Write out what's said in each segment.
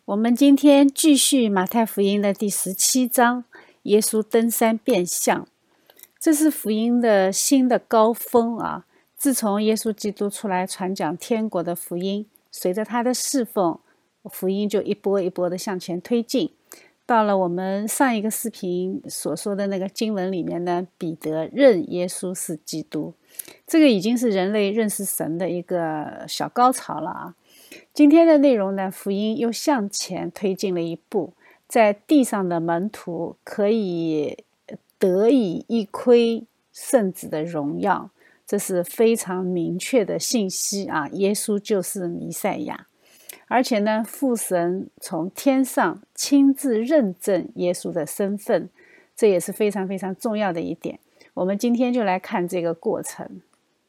我们今天继续马太福音的第17章，耶稣登山变相。这是福音的新的高峰啊！自从耶稣基督出来传讲天国的福音，随着他的侍奉，福音就一波一波的向前推进。到了我们上一个视频所说的那个经文里面呢，彼得认耶稣是基督，这个已经是人类认识神的一个小高潮了啊！今天的内容呢，福音又向前推进了一步，在地上的门徒可以得以一窥圣子的荣耀，这是非常明确的信息啊！耶稣就是弥赛亚，而且呢，父神从天上亲自认证耶稣的身份，这也是非常非常重要的一点。我们今天就来看这个过程。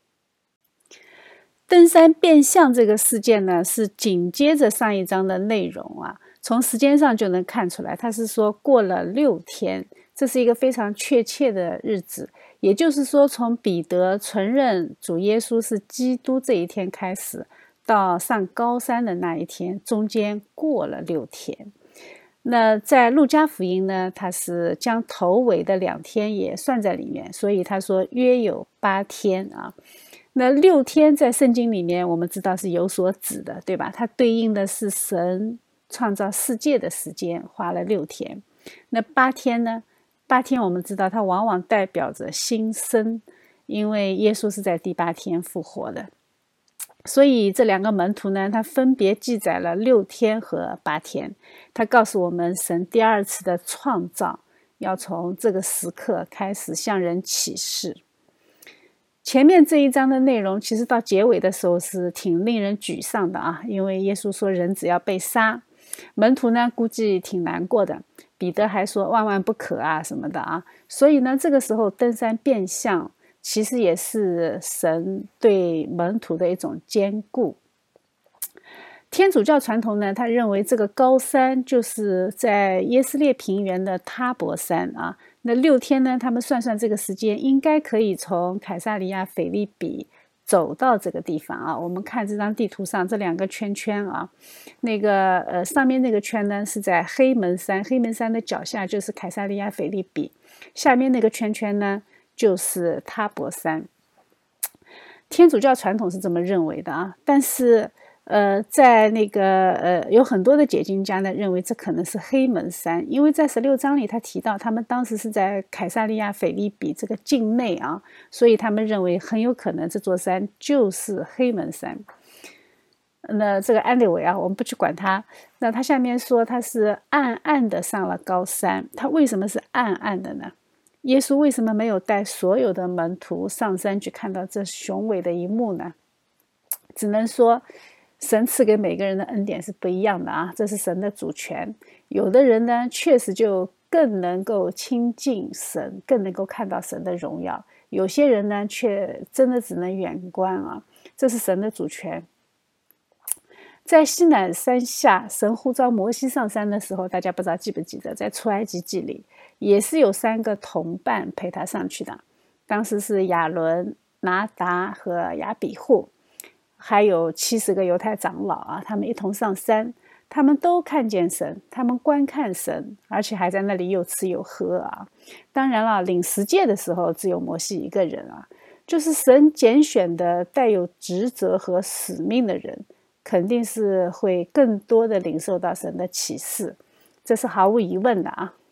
登山变相这个事件呢，是紧接着上一章的内容啊，从时间上就能看出来，他是说过了6天，这是一个非常确切的日子，也就是说从彼得承认主耶稣是基督这一天开始，到上高山的那一天，中间过了6天。那在路加福音呢，他是将头尾的2天也算在里面，所以他说约有8天啊。那6天在圣经里面我们知道是有所指的，对吧？它对应的是神创造世界的时间，花了6天。那8天呢？8天我们知道它往往代表着新生，因为耶稣是在第8天复活的。所以这2个门徒呢，他分别记载了6天和8天。他告诉我们，神第2次的创造要从这个时刻开始向人启示。前面这一章的内容其实到结尾的时候是挺令人沮丧的啊，因为耶稣说人只要被杀，门徒呢估计挺难过的，彼得还说万万不可啊什么的啊。所以呢，这个时候登山变相其实也是神对门徒的一种坚固。天主教传统呢，他认为这个高山就是在耶斯列平原的塔伯山啊。那6天呢，他们算算这个时间，应该可以从凯撒利亚腓立比走到这个地方啊。我们看这张地图上这2个圈圈啊，那个上面那个圈呢是在黑门山，黑门山的脚下就是凯撒利亚腓立比，下面那个圈圈呢就是塔伯山。天主教传统是这么认为的啊，但是在那个有很多的解经家呢认为这可能是黑门山，因为在16章里他提到他们当时是在凯撒利亚腓立比这个境内啊，所以他们认为很有可能这座山就是黑门山。那这个anyway啊，我们不去管它。那他下面说他是暗暗的上了高山，他为什么是暗暗的呢？耶稣为什么没有带所有的门徒上山去看到这雄伟的一幕呢？只能说神赐给每个人的恩典是不一样的啊，这是神的主权。有的人呢，确实就更能够亲近神，更能够看到神的荣耀；有些人呢，却真的只能远观啊，这是神的主权。在西乃山下，神呼召摩西上山的时候，大家不知道记不记得，在出埃及记里也是有3个同伴陪他上去的。当时是亚伦、拿达和亚比户，还有70个犹太长老啊，他们一同上山，他们都看见神，他们观看神，而且还在那里又吃又喝啊。当然了，领十诫的时候只有摩西一个人啊，就是神拣选的带有职责和使命的人，肯定是会更多的领受到神的启示，这是毫无疑问的啊。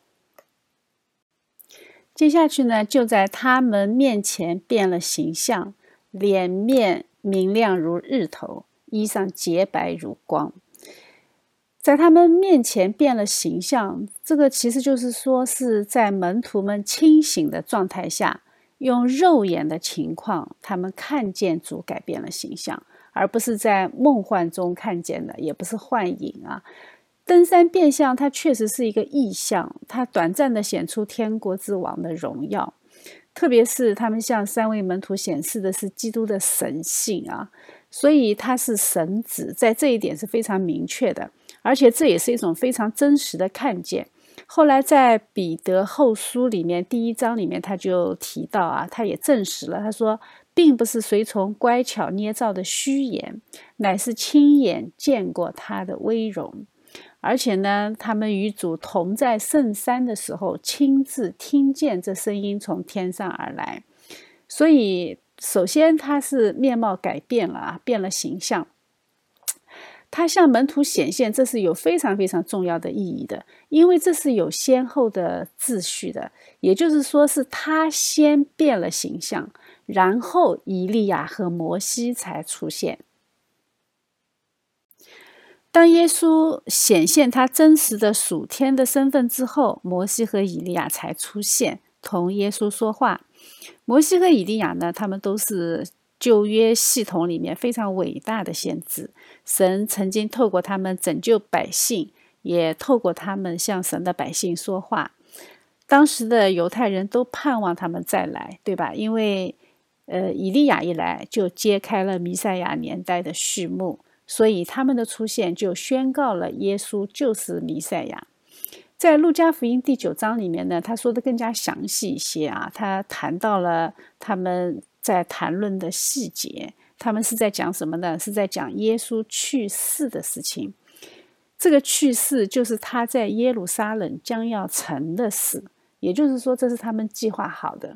接下去呢，就在他们面前变了形象，脸面明亮如日头，衣裳洁白如光。在他们面前变了形象，这个其实就是说是在门徒们清醒的状态下，用肉眼的情况，他们看见主改变了形象，而不是在梦幻中看见的，也不是幻影啊。登山变相它确实是一个异象，它短暂的显出天国之王的荣耀，特别是他们向3位门徒显示的是基督的神性啊，所以他是神子，在这一点是非常明确的，而且这也是一种非常真实的看见。后来在彼得后书里面第1章里面他就提到啊，他也证实了，他说并不是随从乖巧捏造的虚言，乃是亲眼见过他的威容。 而且呢，他们与主同在圣山的时候，亲自听见这声音从天上而来。所以首先他是面貌改变了啊，变了形象。他向门徒显现，这是有非常非常重要的意义的，因为这是有先后的秩序的，也就是说是他先变了形象，然后以利亚和摩西才出现。当耶稣显现他真实的属天的身份之后，摩西和以利亚才出现，同耶稣说话。摩西和以利亚呢，他们都是旧约系统里面非常伟大的先知，神曾经透过他们拯救百姓，也透过他们向神的百姓说话。当时的犹太人都盼望他们再来，对吧？因为以利亚一来，就揭开了弥赛亚年代的序幕，所以他们的出现就宣告了耶稣就是弥赛亚。在路加福音第9章里面呢，他说的更加详细一些啊，他谈到了他们在谈论的细节，他们是在讲什么呢？是在讲耶稣去世的事情。这个去世就是他在耶路撒冷将要成的事，也就是说这是他们计划好的。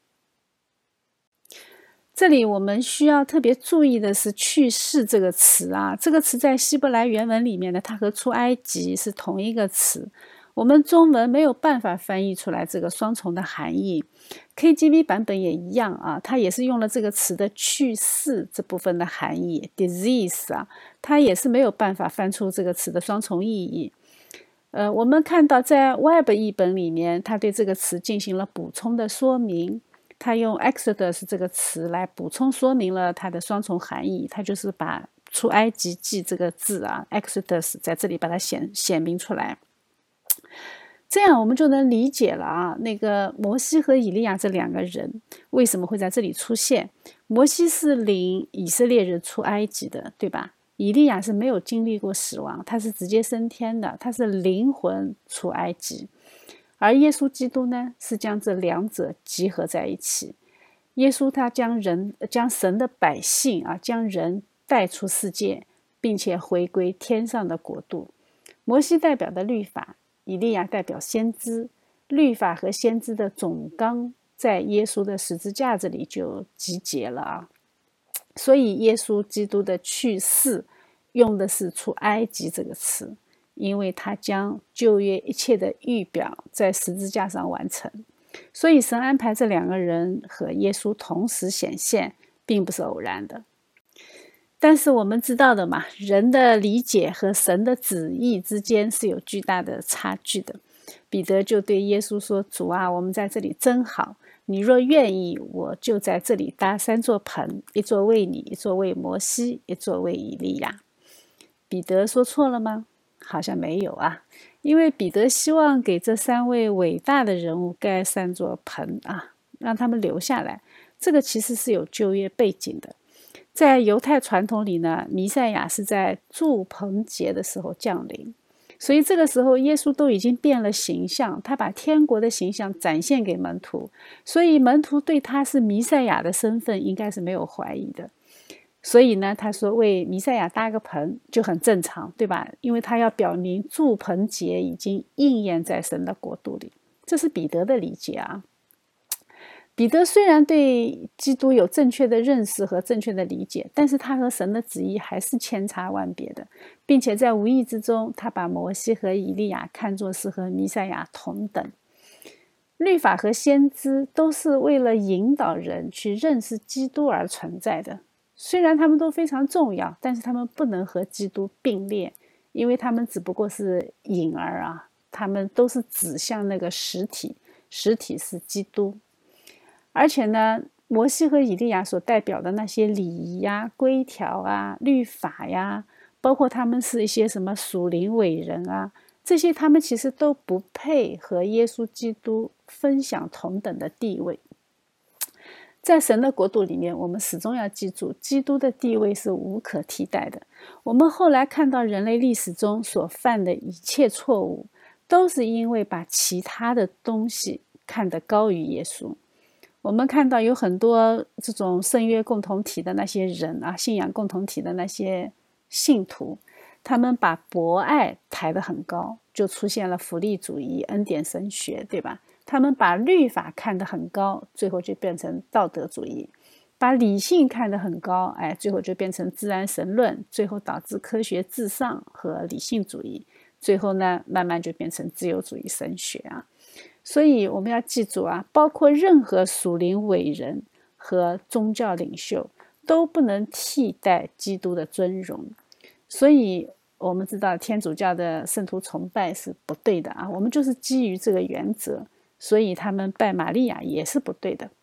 这里我们需要特别注意的是去世这个词啊，这个词在希伯来原文里面呢，它和出埃及是同一个词，我们中文没有办法翻译出来这个双重的含义。 KJV 版本也一样啊，它也是用了这个词的去世这部分的含义 disease 啊，它也是没有办法翻出这个词的双重意义。我们看到在 Web 译本里面，它对这个词进行了补充的说明，他用 Exodus 这个词来补充说明了它的双重含义，他就是把出埃及记这个字啊 Exodus 在这里把它显明出来，这样我们就能理解了啊，那个摩西和以利亚这两个人为什么会在这里出现。摩西是领以色列人出埃及的，对吧？以利亚是没有经历过死亡，他是直接升天的，他是灵魂出埃及。而耶稣基督呢，是将这两者集合在一起。耶稣他将神的百姓啊，将人带出世界，并且回归天上的国度。摩西代表的律法，以利亚代表先知，律法和先知的总纲在耶稣的十字架这里就集结了啊。所以耶稣基督的去世用的是出埃及这个词，因为他将旧约一切的预表在十字架上完成，所以神安排这两个人和耶稣同时显现，并不是偶然的。但是我们知道的嘛，人的理解和神的旨意之间是有巨大的差距的。彼得就对耶稣说：“主啊，我们在这里真好，你若愿意，我就在这里搭3座棚，一座为你，一座为摩西，一座为以利亚。”彼得说错了吗？好像没有啊，因为彼得希望给这3位伟大的人物盖3座棚啊，让他们留下来。这个其实是有旧约背景的。在犹太传统里呢，弥赛亚是在住棚节的时候降临，所以这个时候耶稣都已经变了形象，他把天国的形象展现给门徒，所以门徒对他是弥赛亚的身份应该是没有怀疑的。所以呢，他说为弥赛亚搭个棚就很正常，对吧？因为他要表明住棚节已经应验在神的国度里，这是彼得的理解啊。彼得虽然对基督有正确的认识和正确的理解，但是他和神的旨意还是千差万别的，并且在无意之中，他把摩西和以利亚看作是和弥赛亚同等。律法和先知都是为了引导人去认识基督而存在的，虽然他们都非常重要，但是他们不能和基督并列，因为他们只不过是影儿啊，他们都是指向那个实体，实体是基督。而且呢，摩西和以利亚所代表的那些礼仪呀、规条啊、律法呀，包括他们是一些什么属灵伟人啊，这些他们其实都不配和耶稣基督分享同等的地位。在神的国度里面，我们始终要记住，基督的地位是无可替代的。我们后来看到人类历史中所犯的一切错误，都是因为把其他的东西看得高于耶稣。我们看到有很多这种圣约共同体的那些人啊，信仰共同体的那些信徒， 他们把博爱抬得很高，就出现了福利主义、恩典神学，对吧？他们把律法看得很高，最后就变成道德主义；把理性看得很高，最后就变成自然神论，最后导致科学至上和理性主义，最后呢，慢慢就变成自由主义神学啊。所以我们要记住啊，包括任何属灵伟人和宗教领袖都不能替代基督的尊荣。所以我们知道天主教的圣徒崇拜是不对的啊，我们就是基于这个原则，所以他们拜玛利亚也是不对的。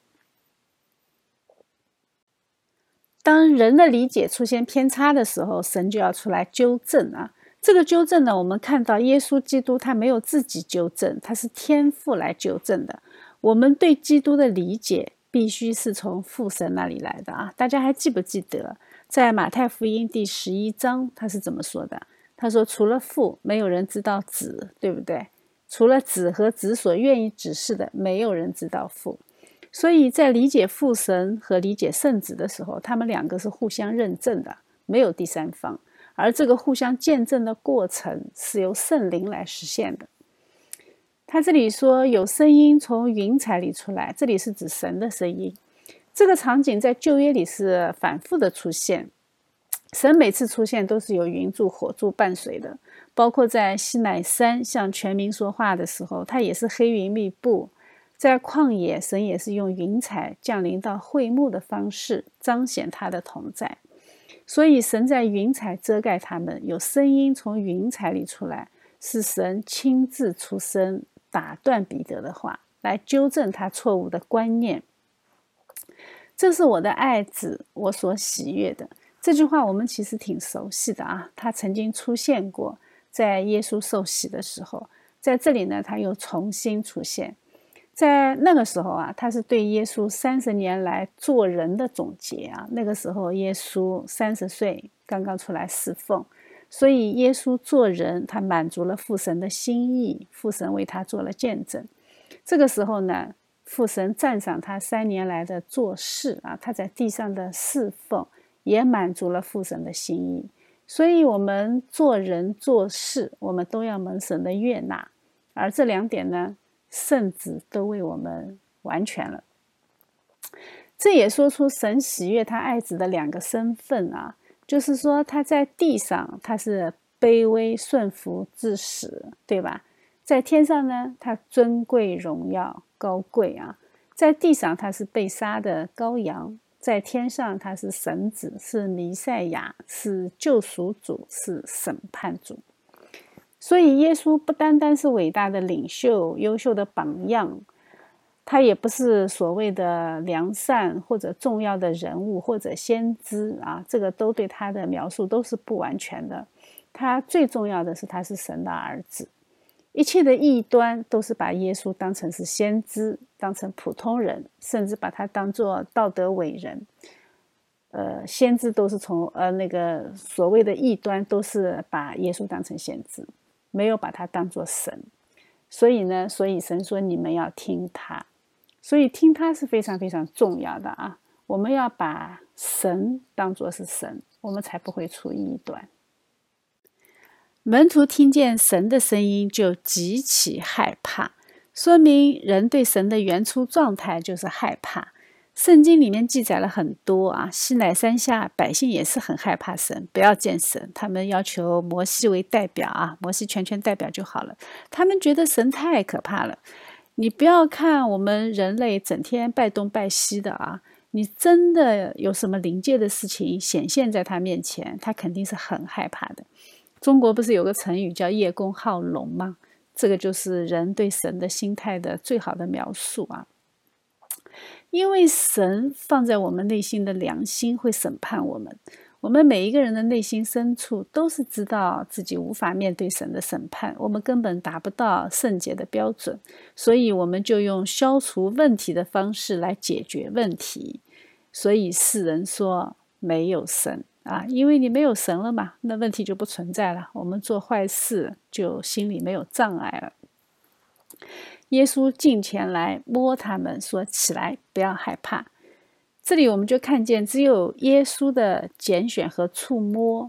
当人的理解出现偏差的时候，神就要出来纠正啊。这个纠正呢，我们看到耶稣基督他没有自己纠正，他是天父来纠正的。我们对基督的理解必须是从父神那里来的啊。大家还记不记得在马太福音第11章他是怎么说的？他说除了父没有人知道子，对不对？除了子和子所愿意指示的，没有人知道父。所以在理解父神和理解圣子的时候，他们两个是互相认证的，没有第三方。而这个互相见证的过程是由圣灵来实现的。他这里说有声音从云彩里出来，这里是指神的声音。这个场景在旧约里是反复的出现，神每次出现都是有云柱火柱伴随的，包括在西乃山向全民说话的时候，他也是黑云密布。在旷野，神也是用云彩降临到会幕的方式彰显他的同在。所以神在云彩遮盖他们，有声音从云彩里出来，是神亲自出声打断彼得的话，来纠正他错误的观念。这是我的爱子，我所喜悦的。这句话我们其实挺熟悉的啊，他曾经出现过在耶稣受洗的时候，在这里呢他又重新出现。在那个时候啊，他是对耶稣30年来做人的总结啊。那个时候耶稣30岁，刚刚出来侍奉，所以耶稣做人，他满足了父神的心意，父神为他做了见证。这个时候呢，父神赞赏他3年来的做事啊，他在地上的侍奉也满足了父神的心意。所以我们做人做事，我们都要蒙神的悦纳，而这2点呢，圣子都为我们完全了。这也说出神喜悦他爱子的2个身份啊，就是说他在地上他是卑微顺服至死，对吧？在天上呢，他尊贵荣耀高贵啊。在地上他是被杀的羔羊，在天上他是神子，是弥赛亚，是救赎主，是审判主。所以耶稣不单单是伟大的领袖、优秀的榜样，他也不是所谓的良善或者重要的人物或者先知啊，这个都对他的描述都是不完全的。他最重要的是他是神的儿子。一切的异端都是把耶稣当成是先知，当成普通人，甚至把他当作道德伟人。先知都是从那个所谓的异端都是把耶稣当成先知，没有把他当作神。所以神说你们要听他，所以听他是非常非常重要的啊。我们要把神当作是神，我们才不会出异端。门徒听见神的声音就极其害怕，说明人对神的原初状态就是害怕。圣经里面记载了很多啊，西乃山下百姓也是很害怕神，不要见神，他们要求摩西为代表啊，摩西全权代表就好了。他们觉得神太可怕了。你不要看我们人类整天拜东拜西的啊，你真的有什么灵界的事情显现在他面前，他肯定是很害怕的。中国不是有个成语叫叶公好龙吗？这个就是人对神的心态的最好的描述啊。因为神放在我们内心的良心会审判我们，我们每一个人的内心深处都是知道自己无法面对神的审判，我们根本达不到圣洁的标准，所以我们就用消除问题的方式来解决问题。所以世人说没有神啊，因为你没有神了嘛，那问题就不存在了，我们做坏事就心里没有障碍了。耶稣近前来摸他们，说起来，不要害怕。这里我们就看见只有耶稣的拣选和触摸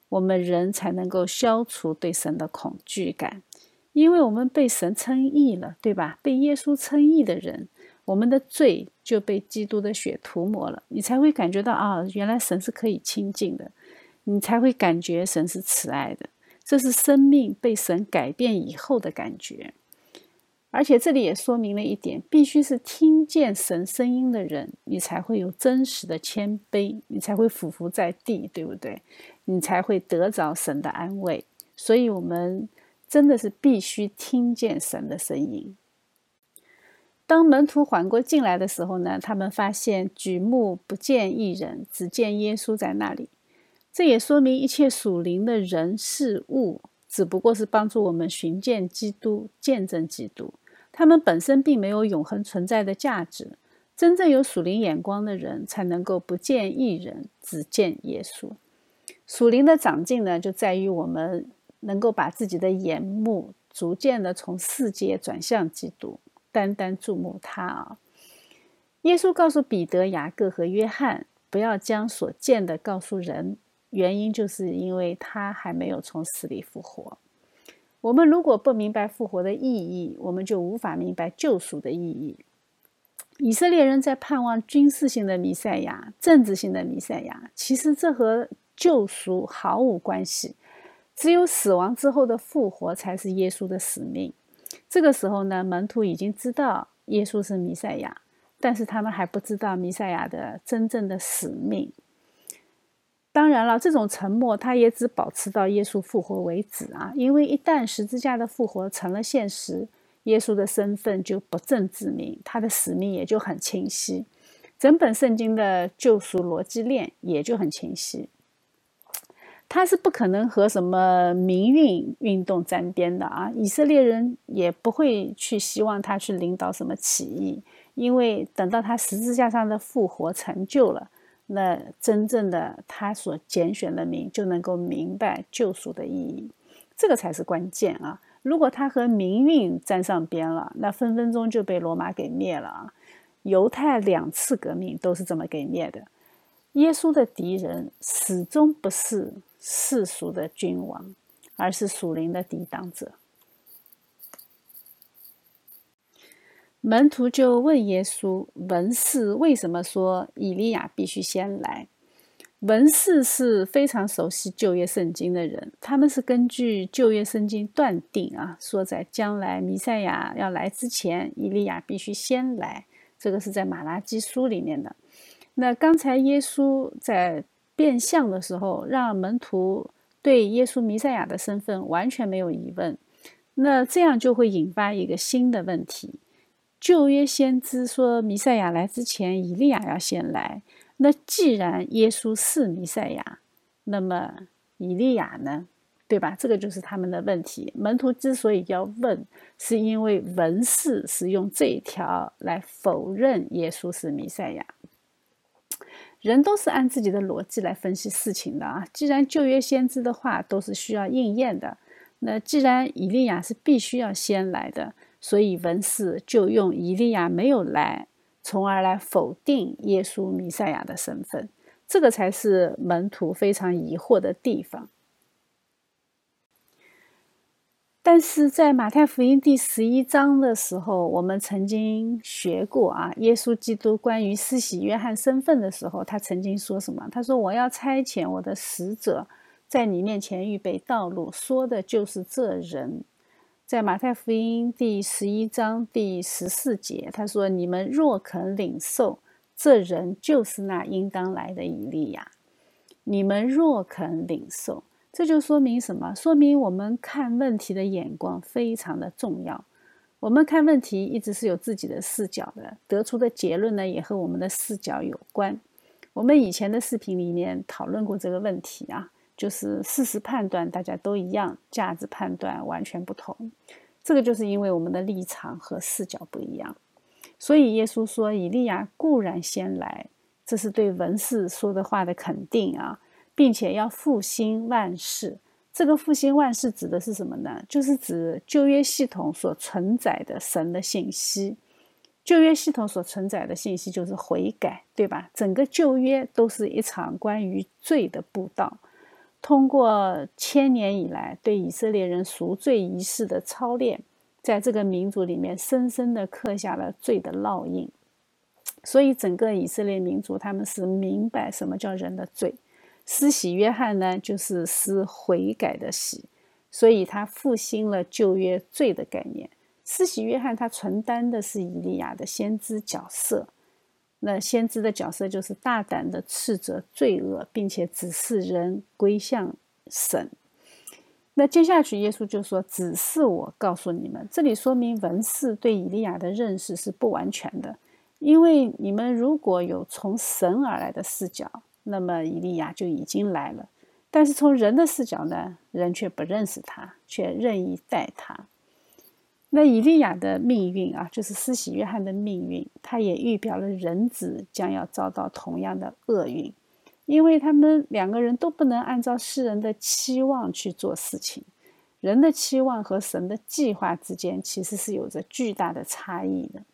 我们人才能够消除对神的恐惧感，因为我们被神称义了，对吧？被耶稣称义的人，我们的罪就被基督的血涂抹了，你才会感觉到啊，原来神是可以亲近的，你才会感觉神是慈爱的，这是生命被神改变以后的感觉。而且这里也说明了一点，必须是听见神声音的人，你才会有真实的谦卑，你才会俯伏在地，对不对？你才会得着神的安慰。所以我们真的是必须听见神的声音。当门徒缓过劲来的时候呢，他们发现举目不见一人，只见耶稣在那里。这也说明一切属灵的人事物只不过是帮助我们寻见基督，见证基督，他们本身并没有永恒存在的价值。真正有属灵眼光的人才能够不见一人，只见耶稣。属灵的长进呢，就在于我们能够把自己的眼目逐渐的从世界转向基督，单单注目他啊。耶稣告诉彼得、雅各和约翰，不要将所见的告诉人，原因就是因为他还没有从死里复活。我们如果不明白复活的意义，我们就无法明白救赎的意义。以色列人在盼望军事性的弥赛亚、政治性的弥赛亚，其实这和救赎毫无关系。只有死亡之后的复活才是耶稣的使命。这个时候呢，门徒已经知道耶稣是弥赛亚，但是他们还不知道弥赛亚的真正的使命。当然了，这种沉默他也只保持到耶稣复活为止啊，因为一旦十字架的复活成了现实，耶稣的身份就不证自明，他的使命也就很清晰，整本圣经的救赎逻辑链也就很清晰。他是不可能和什么民运运动沾边的啊！以色列人也不会去希望他去领导什么起义，因为等到他十字架上的复活成就了，那真正的他所拣选的民就能够明白救赎的意义，这个才是关键啊！如果他和民运沾上边了，那分分钟就被罗马给灭了啊！犹太2次革命都是这么给灭的。耶稣的敌人始终不是世俗的君王，而是属灵的抵挡者。门徒就问耶稣，文士为什么说以利亚必须先来？文士是非常熟悉旧约圣经的人，他们是根据旧约圣经断定啊，说在将来弥赛亚要来之前，以利亚必须先来。这个是在马拉基书里面的。那刚才耶稣在变相的时候，让门徒对耶稣弥赛亚的身份完全没有疑问，那这样就会引发一个新的问题。旧约先知说弥赛亚来之前，以利亚要先来，那既然耶稣是弥赛亚，那么以利亚呢？对吧？这个就是他们的问题。门徒之所以要问，是因为文士是用这一条来否认耶稣是弥赛亚。人都是按自己的逻辑来分析事情的啊。既然旧约先知的话都是需要应验的，那既然以利亚是必须要先来的，所以文士就用以利亚没有来，从而来否定耶稣弥赛亚的身份。这个才是门徒非常疑惑的地方。但是在马太福音第11章的时候，我们曾经学过啊，耶稣基督关于施洗约翰身份的时候，他曾经说什么？他说：“我要差遣我的使者在你面前预备道路。”说的就是这人。在马太福音第11章第14节，他说：“你们若肯领受，这人就是那应当来的以利亚。你们若肯领受。”这就说明什么？说明我们看问题的眼光非常的重要。我们看问题一直是有自己的视角的，得出的结论呢也和我们的视角有关。我们以前的视频里面讨论过这个问题啊，就是事实判断大家都一样，价值判断完全不同。这个就是因为我们的立场和视角不一样。所以耶稣说以利亚固然先来，这是对文士说的话的肯定啊，并且要复兴万事。这个复兴万事指的是什么呢？就是指旧约系统所承载的神的信息。旧约系统所承载的信息就是悔改，对吧？整个旧约都是一场关于罪的布道。 通过千年以来对以色列人赎罪仪式的操练，在这个民族里面深深地刻下了罪的烙印。所以整个以色列民族他们是明白什么叫人的罪。施洗约翰呢，就是施悔改的洗，所以他复兴了旧约罪的概念。施洗约翰他承担的是以利亚的先知角色，那先知的角色就是大胆的斥责罪恶，并且指示人归向神。那接下去耶稣就说，只是我告诉你们，这里说明文士对以利亚的认识是不完全的，因为你们如果有从神而来的视角，那么以利亚就已经来了，但是从人的视角呢，人却不认识他，却任意待他。那以利亚的命运啊，就是施洗约翰的命运，他也预表了人子将要遭到同样的厄运，因为他们两个人都不能按照世人的期望去做事情。人的期望和神的计划之间其实是有着巨大的差异的。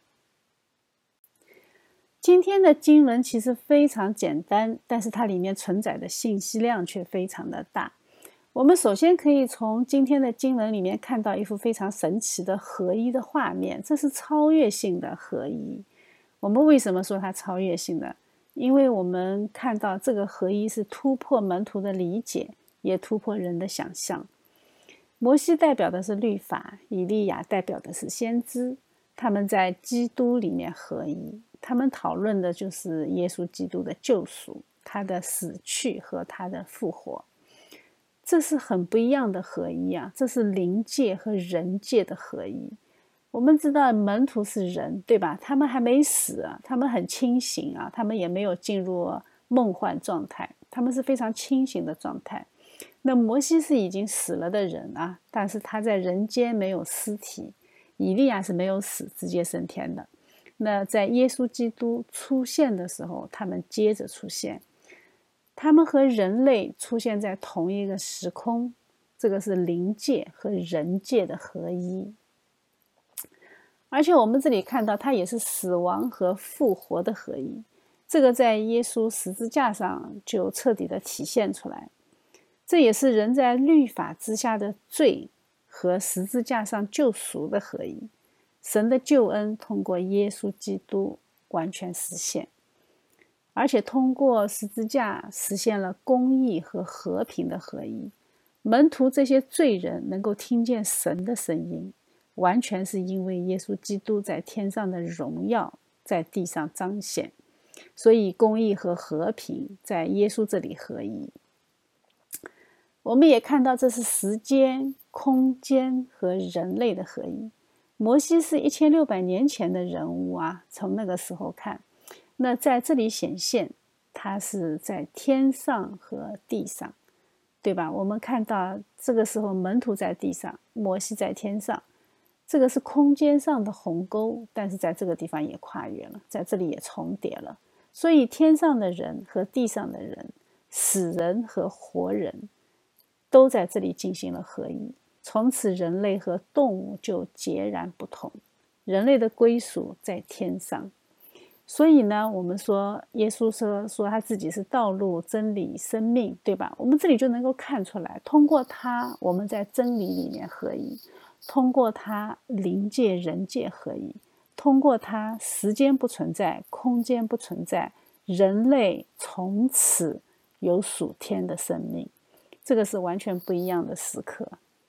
今天的经文其实非常简单，但是它里面承载的信息量却非常的大。我们首先可以从今天的经文里面看到一幅非常神奇的合一的画面，这是超越性的合一。我们为什么说它超越性呢？因为我们看到这个合一是突破门徒的理解，也突破人的想象。摩西代表的是律法，以利亚代表的是先知，他们在基督里面合一，他们讨论的就是耶稣基督的救赎，他的死去和他的复活。这是很不一样的合一啊，这是灵界和人界的合一。我们知道门徒是人，对吧？他们还没死啊，他们很清醒啊，他们也没有进入梦幻状态，他们是非常清醒的状态。那摩西是已经死了的人啊，但是他在人间没有尸体。以利亚是没有死，直接升天的。那在耶稣基督出现的时候，他们接着出现，他们和人类出现在同一个时空，这个是灵界和人界的合一。而且我们这里看到，它也是死亡和复活的合一，这个在耶稣十字架上就彻底的体现出来。这也是人在律法之下的罪和十字架上救赎的合一。神的救恩通过耶稣基督完全实现，而且通过十字架实现了公义和和平的合一。门徒这些罪人能够听见神的声音，完全是因为耶稣基督在天上的荣耀在地上彰显，所以公义和和平在耶稣这里合一。我们也看到这是时间、空间和人类的合一。摩西是1600年前的人物啊，从那个时候看，那在这里显现，他是在天上和地上，对吧？我们看到这个时候门徒在地上，摩西在天上，这个是空间上的鸿沟，但是在这个地方也跨越了，在这里也重叠了。所以天上的人和地上的人，死人和活人，都在这里进行了合一。从此人类和动物就截然不同，人类的归属在天上。所以呢，我们说耶稣说他自己是道路、真理、生命，对吧？我们这里就能够看出来，通过他我们在真理里面合一，通过他灵界人界合一，通过他时间不存在，空间不存在，人类从此有属天的生命。这个是完全不一样的时刻。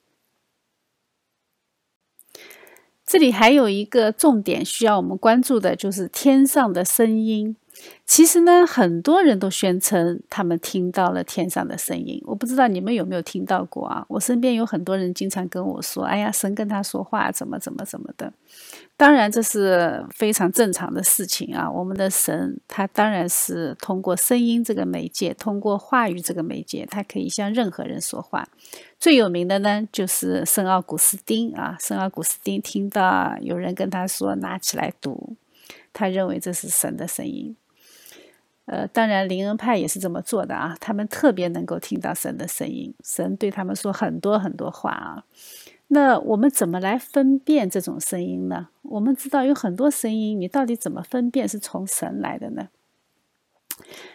这里还有一个重点需要我们关注的，就是天上的声音。其实呢，很多人都宣称他们听到了天上的声音。我不知道你们有没有听到过啊？我身边有很多人经常跟我说，哎呀，神跟他说话，怎么的。当然这是非常正常的事情啊。我们的神他当然是通过声音这个媒介，通过话语这个媒介，他可以向任何人说话。最有名的呢就是圣奥古斯丁啊，圣奥古斯丁听到有人跟他说拿起来读，他认为这是神的声音。当然灵恩派也是这么做的啊，他们特别能够听到神的声音，神对他们说很多很多话啊。那我们怎么来分辨这种声音呢？我们知道有很多声音，你到底怎么分辨是从神来的呢？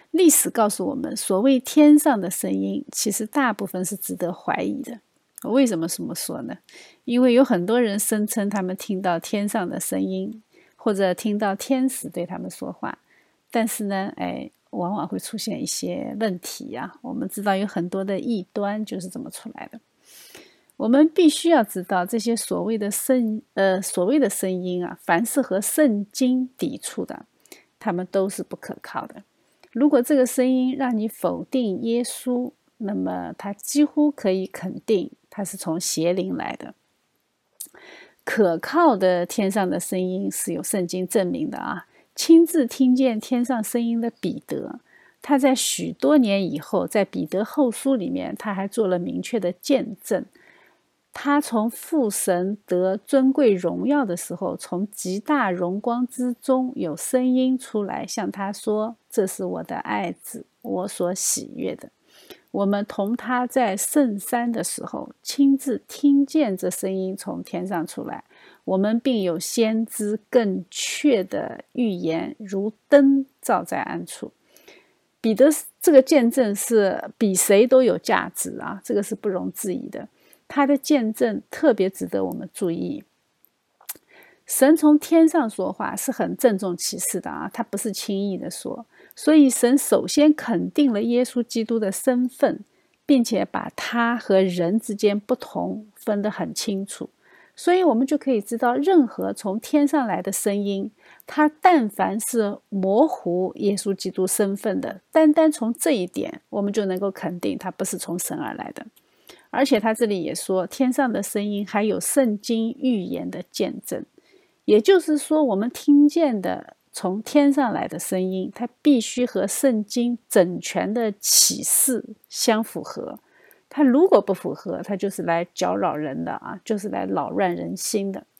历史告诉我们，所谓天上的声音，其实大部分是值得怀疑的。为什么这么说呢？因为有很多人声称他们听到天上的声音，或者听到天使对他们说话，但是呢，往往会出现一些问题啊。我们知道有很多的异端就是这么出来的。我们必须要知道，这些所谓的声音啊，凡是和圣经抵触的，他们都是不可靠的。如果这个声音让你否定耶稣，那么它几乎可以肯定它是从邪灵来的。可靠的天上的声音是有圣经证明的啊。亲自听见天上声音的彼得，他在许多年以后，在彼得后书里面，他还做了明确的见证。他从父神得尊贵荣耀的时候，从极大荣光之中有声音出来，向他说：“这是我的爱子，我所喜悦的。”我们同他在圣山的时候，亲自听见这声音从天上出来。我们并有先知更确的预言，如灯照在暗处。彼得这个见证是比谁都有价值啊，这个是不容置疑的。他的见证特别值得我们注意。神从天上说话是很郑重其事的啊，他不是轻易的说。所以神首先肯定了耶稣基督的身份，并且把他和人之间不同分得很清楚。所以我们就可以知道，任何从天上来的声音，它但凡是模糊耶稣基督身份的，单单从这一点，我们就能够肯定它不是从神而来的。而且他这里也说，天上的声音还有圣经预言的见证，也就是说，我们听见的从天上来的声音，它必须和圣经整全的启示相符合。它如果不符合，它就是来搅扰人的啊，就是来扰乱人心的。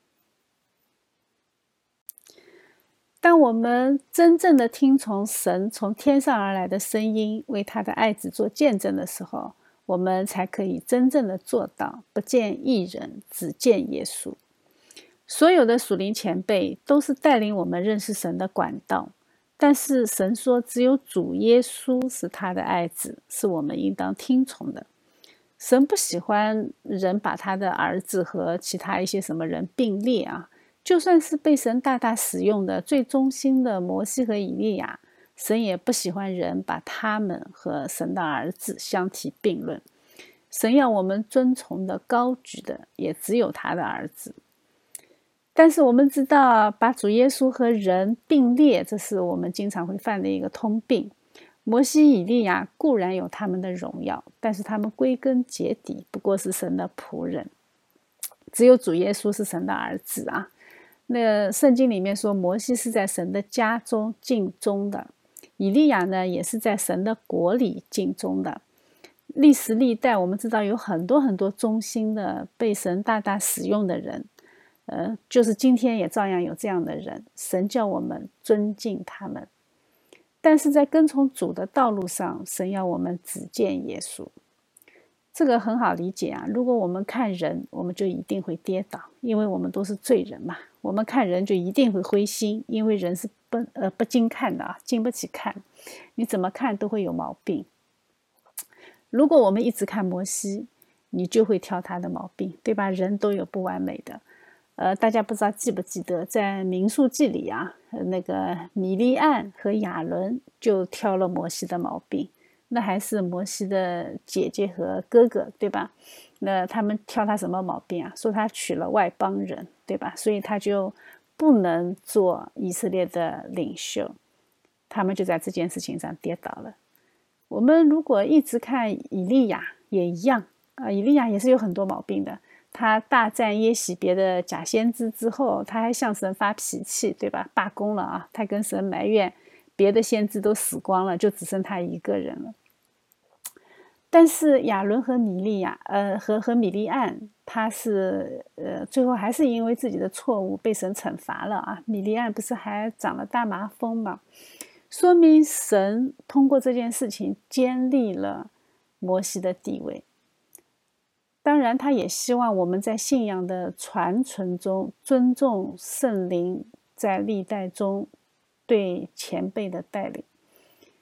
当我们真正的听从神从天上而来的声音，为他的爱子做见证的时候，我们才可以真正的做到不见一人，只见耶稣。所有的属灵前辈都是带领我们认识神的管道，但是神说只有主耶稣是他的爱子，是我们应当听从的。神不喜欢人把他的儿子和其他一些什么人并列啊，就算是被神大大使用的最忠心的摩西和以利亚，神也不喜欢人把他们和神的儿子相提并论。神要我们尊崇的高举的也只有他的儿子。但是我们知道，把主耶稣和人并列，这是我们经常会犯的一个通病。摩西、以利亚固然有他们的荣耀，但是他们归根结底不过是神的仆人。只有主耶稣是神的儿子啊。那圣经里面说，摩西是在神的家中尽忠的，以利亚呢也是在神的国里尽忠的。历史历代我们知道有很多很多忠心的被神大大使用的人，就是今天也照样有这样的人，神叫我们尊敬他们。但是在跟从主的道路上，神要我们只见耶稣。这个很好理解啊，如果我们看人，我们就一定会跌倒，因为我们都是罪人嘛。我们看人就一定会灰心，因为人是不经看的啊，经不起看，你怎么看都会有毛病。如果我们一直看摩西，你就会挑他的毛病，对吧？人都有不完美的。大家不知道记不记得，在民数记里啊，那个米利暗和亚伦就挑了摩西的毛病，那还是摩西的姐姐和哥哥，对吧？那他们挑他什么毛病啊？说他娶了外邦人，对吧？所以他就不能做以色列的领袖，他们就在这件事情上跌倒了。我们如果一直看以利亚也一样啊，以利亚也是有很多毛病的。他大战耶洗别的假先知之后，他还向神发脾气，对吧？罢工了啊！他跟神埋怨，别的先知都死光了，就只剩他一个人了。但是亚伦和米利亚，和米利暗，他是最后还是因为自己的错误被神惩罚了啊！米利暗不是还长了大麻风吗？说明神通过这件事情坚立了摩西的地位。当然他也希望我们在信仰的传承中尊重圣灵在历代中对前辈的带领。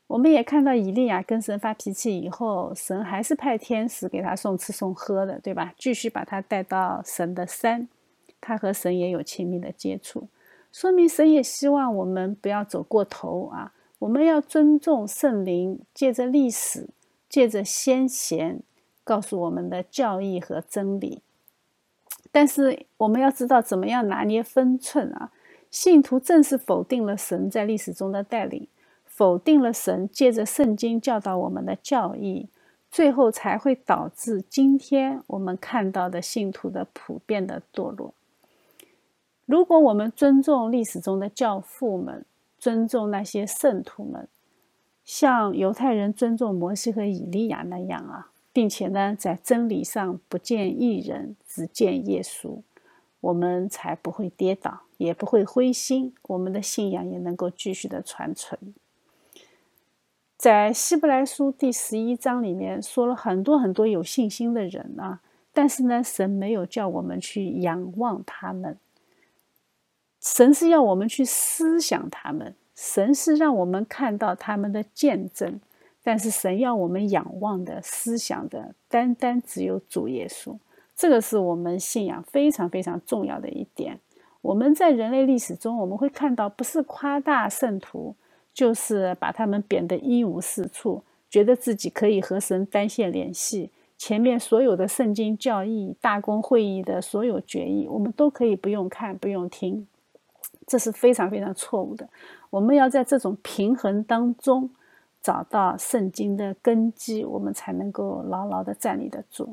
我们也看到以利亚跟神发脾气以后，神还是派天使给他送吃送喝的，对吧？继续把他带到神的山，他和神也有亲密的接触，说明神也希望我们不要走过头啊，我们要尊重圣灵，借着历史，借着先贤告诉我们的教义和真理。但是我们要知道怎么样拿捏分寸啊！信徒正是否定了神在历史中的带领，否定了神借着圣经教导我们的教义，最后才会导致今天我们看到的信徒的普遍的堕落。如果我们尊重历史中的教父们，尊重那些圣徒们，像犹太人尊重摩西和以利亚那样啊，并且呢，在真理上不见一人，只见耶稣，我们才不会跌倒，也不会灰心，我们的信仰也能够继续的传承。在希伯来书第11章里面说了很多很多有信心的人啊，但是呢，神没有叫我们去仰望他们，神是要我们去思想他们，神是让我们看到他们的见证，但是神要我们仰望的、思想的，单单只有主耶稣。这个是我们信仰非常非常重要的一点。我们在人类历史中，我们会看到不是夸大圣徒，就是把他们贬得一无是处，觉得自己可以和神单线联系，前面所有的圣经教义、大公会议的所有决议，我们都可以不用看、不用听。这是非常非常错误的。我们要在这种平衡当中找到圣经的根基，我们才能够牢牢地站立得住。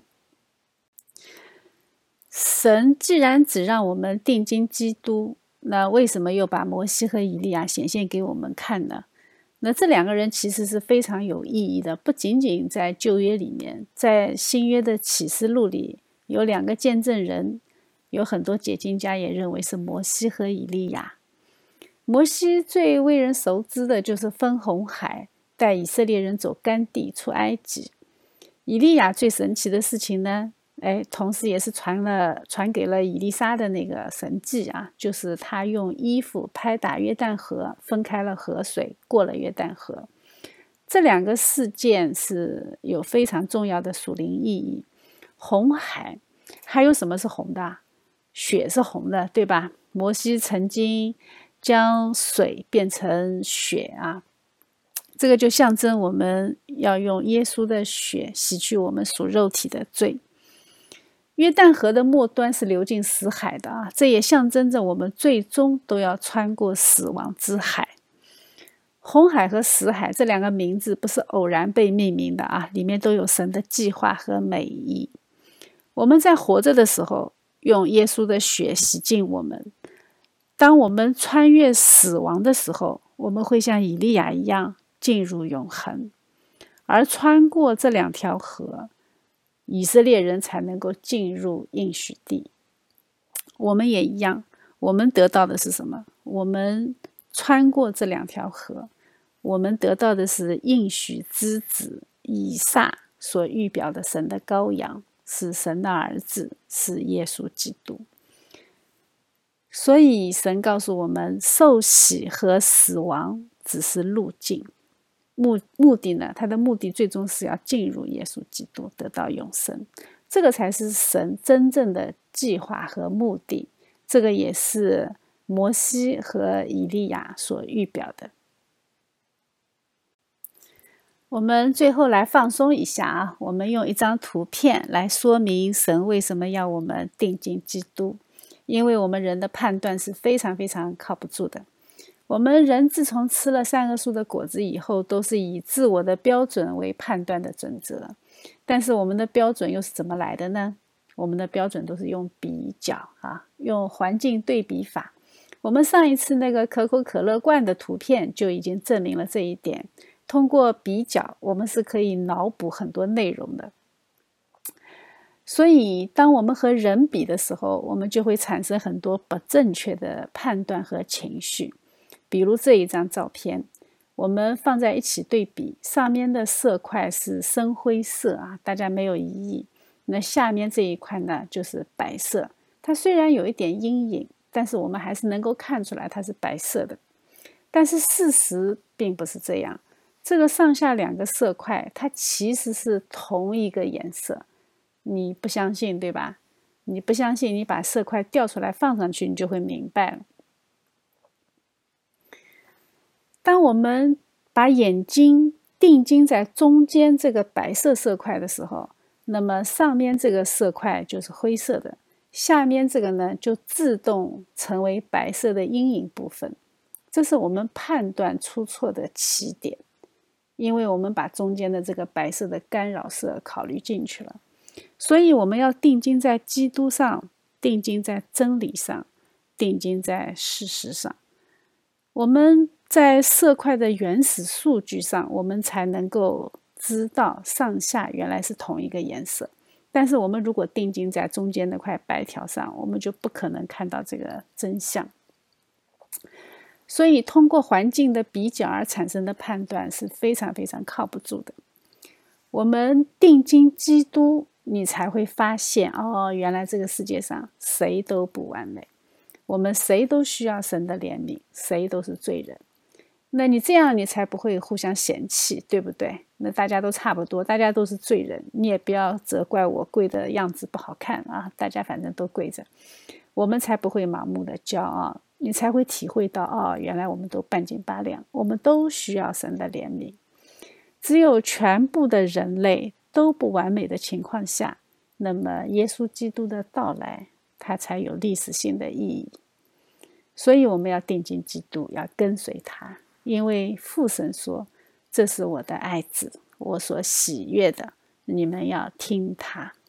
神既然只让我们定睛基督，那为什么又把摩西和以利亚显现给我们看呢？那这两个人其实是非常有意义的，不仅仅在旧约里面，在新约的启示录里有两个见证人，有很多解经家也认为是摩西和以利亚。摩西最为人熟知的就是分红海，带以色列人走干地出埃及。以利亚最神奇的事情呢，同时也是传给了以利沙的那个神迹啊，就是他用衣服拍打约旦河，分开了河水，过了约旦河。这两个事件是有非常重要的属灵意义。红海还有什么是红的？血是红的，对吧？摩西曾经将水变成血啊，这个就象征我们要用耶稣的血洗去我们属肉体的罪。约旦河的末端是流进死海的啊，这也象征着我们最终都要穿过死亡之海。红海和死海这两个名字不是偶然被命名的啊，里面都有神的计划和美意。我们在活着的时候，用耶稣的血洗净我们。当我们穿越死亡的时候，我们会像以利亚一样进入永恒。而穿过这两条河，以色列人才能够进入应许地。我们也一样，我们得到的是什么？我们穿过这两条河，我们得到的是应许之子以撒所预表的神的羔羊，是神的儿子，是耶稣基督。所以神告诉我们，受洗和死亡只是路径，目的呢？他的目的最终是要进入耶稣基督，得到永生。这个才是神真正的计划和目的。这个也是摩西和以利亚所预表的。我们最后来放松一下啊，我们用一张图片来说明神为什么要我们定睛基督。因为我们人的判断是非常非常靠不住的。我们人自从吃了善恶树的果子以后，都是以自我的标准为判断的准则。但是我们的标准又是怎么来的呢？我们的标准都是用比较啊，用环境对比法。我们上一次那个可口可乐罐的图片就已经证明了这一点。通过比较，我们是可以脑补很多内容的。所以当我们和人比的时候，我们就会产生很多不正确的判断和情绪。比如这一张照片，我们放在一起对比，上面的色块是深灰色啊，大家没有异议。那下面这一块呢，就是白色。它虽然有一点阴影，但是我们还是能够看出来它是白色的。但是事实并不是这样。 这个上下两个色块，它其实是同一个颜色。你不相信，对吧？你不相信，你把色块调出来放上去，你就会明白了。当我们把眼睛定睛在中间这个白色色块的时候，那么上面这个色块就是灰色的，下面这个呢就自动成为白色的阴影部分。这是我们判断出错的起点，因为我们把中间的这个白色的干扰色考虑进去了。所以我们要定睛在基督上，定睛在真理上，定睛在事实上。我们在色块的原始数据上，我们才能够知道上下原来是同一个颜色。但是我们如果定睛在中间那块白条上，我们就不可能看到这个真相。所以通过环境的比较而产生的判断是非常非常靠不住的。我们定睛基督，你才会发现，原来这个世界上谁都不完美，我们谁都需要神的怜悯，谁都是罪人。那你这样你才不会互相嫌弃，对不对？那大家都差不多，大家都是罪人，你也不要责怪我跪的样子不好看啊，大家反正都跪着，我们才不会盲目的骄傲，你才会体会到，原来我们都半斤八两，我们都需要神的怜悯。只有全部的人类都不完美的情况下，那么耶稣基督的到来，它才有历史性的意义。所以我们要定睛基督，要跟随他，因为父神说，这是我的爱子，我所喜悦的，你们要听他。